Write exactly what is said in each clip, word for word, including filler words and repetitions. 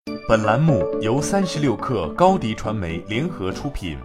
本栏目由三十六氪高低传媒联合出品。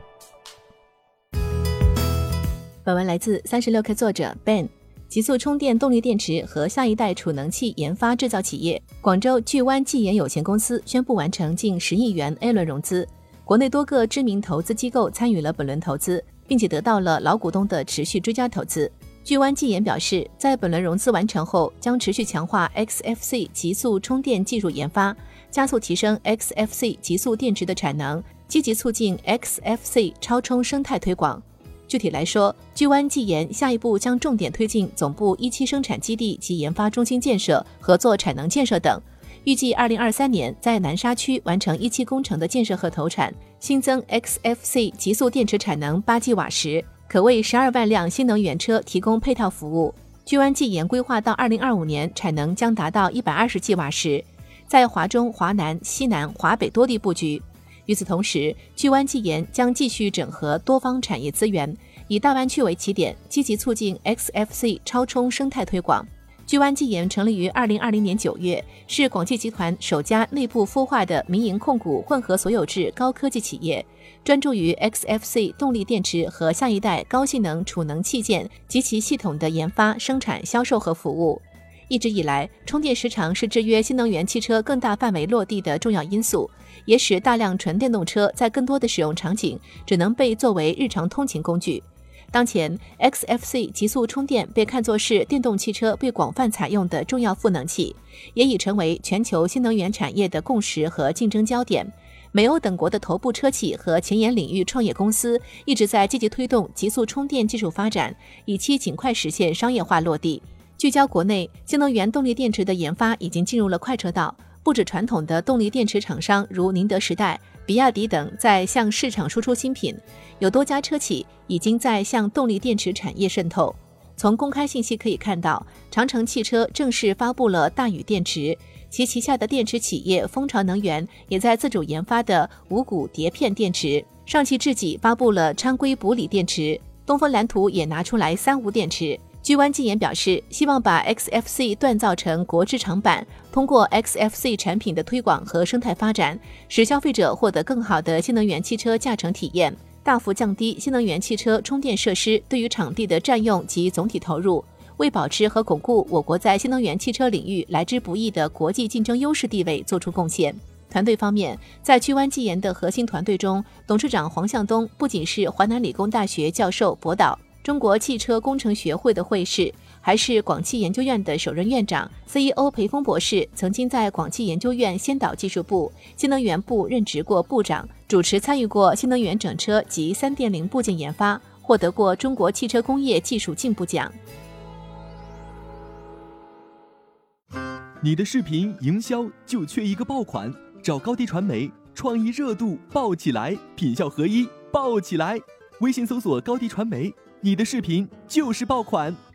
本文来自三十六氪作者 Ben。 极速充电动力电池和下一代储能器研发制造企业广州巨湾技研有限公司宣布完成近十亿元 A 轮融资，国内多个知名投资机构参与了本轮投资，并且得到了老股东的持续追加投资。巨湾技研表示，在本轮融资完成后，将持续强化 X F C 极速充电技术研发，加速提升 X F C 极速电池的产能，积极促进 X F C 超充生态推广。具体来说，巨湾技研下一步将重点推进总部一期生产基地及研发中心建设、合作产能建设等，预计二零二三年在南沙区完成一期工程的建设和投产，新增 X F C 极速电池产能八吉瓦时，可为十二万辆新能源车提供配套服务。巨湾技研规划到二零二五年产能将达到一百二十吉瓦时，在华中、华南、西南、华北多地布局。与此同时，巨湾技研将继续整合多方产业资源，以大湾区为起点，积极促进 X F C 超充生态推广。巨湾技研成立于二零二零年九月，是广汽集团首家内部孵化的民营控股混合所有制高科技企业，专注于 X F C 动力电池和下一代高性能储能器件及其系统的研发、生产、销售和服务。一直以来，充电时长是制约新能源汽车更大范围落地的重要因素，也使大量纯电动车在更多的使用场景只能被作为日常通勤工具。当前 X F C 极速充电被看作是电动汽车被广泛采用的重要赋能器，也已成为全球新能源产业的共识和竞争焦点。美欧等国的头部车企和前沿领域创业公司一直在积极推动极速充电技术发展，以期尽快实现商业化落地。聚焦国内，新能源动力电池的研发已经进入了快车道，不止传统的动力电池厂商如宁德时代、比亚迪等在向市场输出新品，有多家车企已经在向动力电池产业渗透。从公开信息可以看到，长城汽车正式发布了大宇电池，其旗下的电池企业蜂巢能源也在自主研发的五谷碟片电池，上汽智己发布了昌硅钴锂电池，东风蓝图也拿出来三无电池。巨湾技研表示，希望把 X F C 锻造成国制长板，通过 X F C 产品的推广和生态发展，使消费者获得更好的新能源汽车驾乘体验，大幅降低新能源汽车充电设施对于场地的占用及总体投入，为保持和巩固我国在新能源汽车领域来之不易的国际竞争优势地位做出贡献。团队方面，在巨湾技研的核心团队中，董事长黄向东不仅是华南理工大学教授博导、中国汽车工程学会的会士，还是广汽研究院的首任院长。 C E O 裴峰博士曾经在广汽研究院先导技术部、新能源部任职过部长，主持参与过新能源整车及 三点零 部件研发，获得过中国汽车工业技术进步奖。 你的视频营销就缺一个爆款，找高低传媒，创意热度爆起来，品效合一爆起来。微信搜索高低传媒，你的视频就是爆款。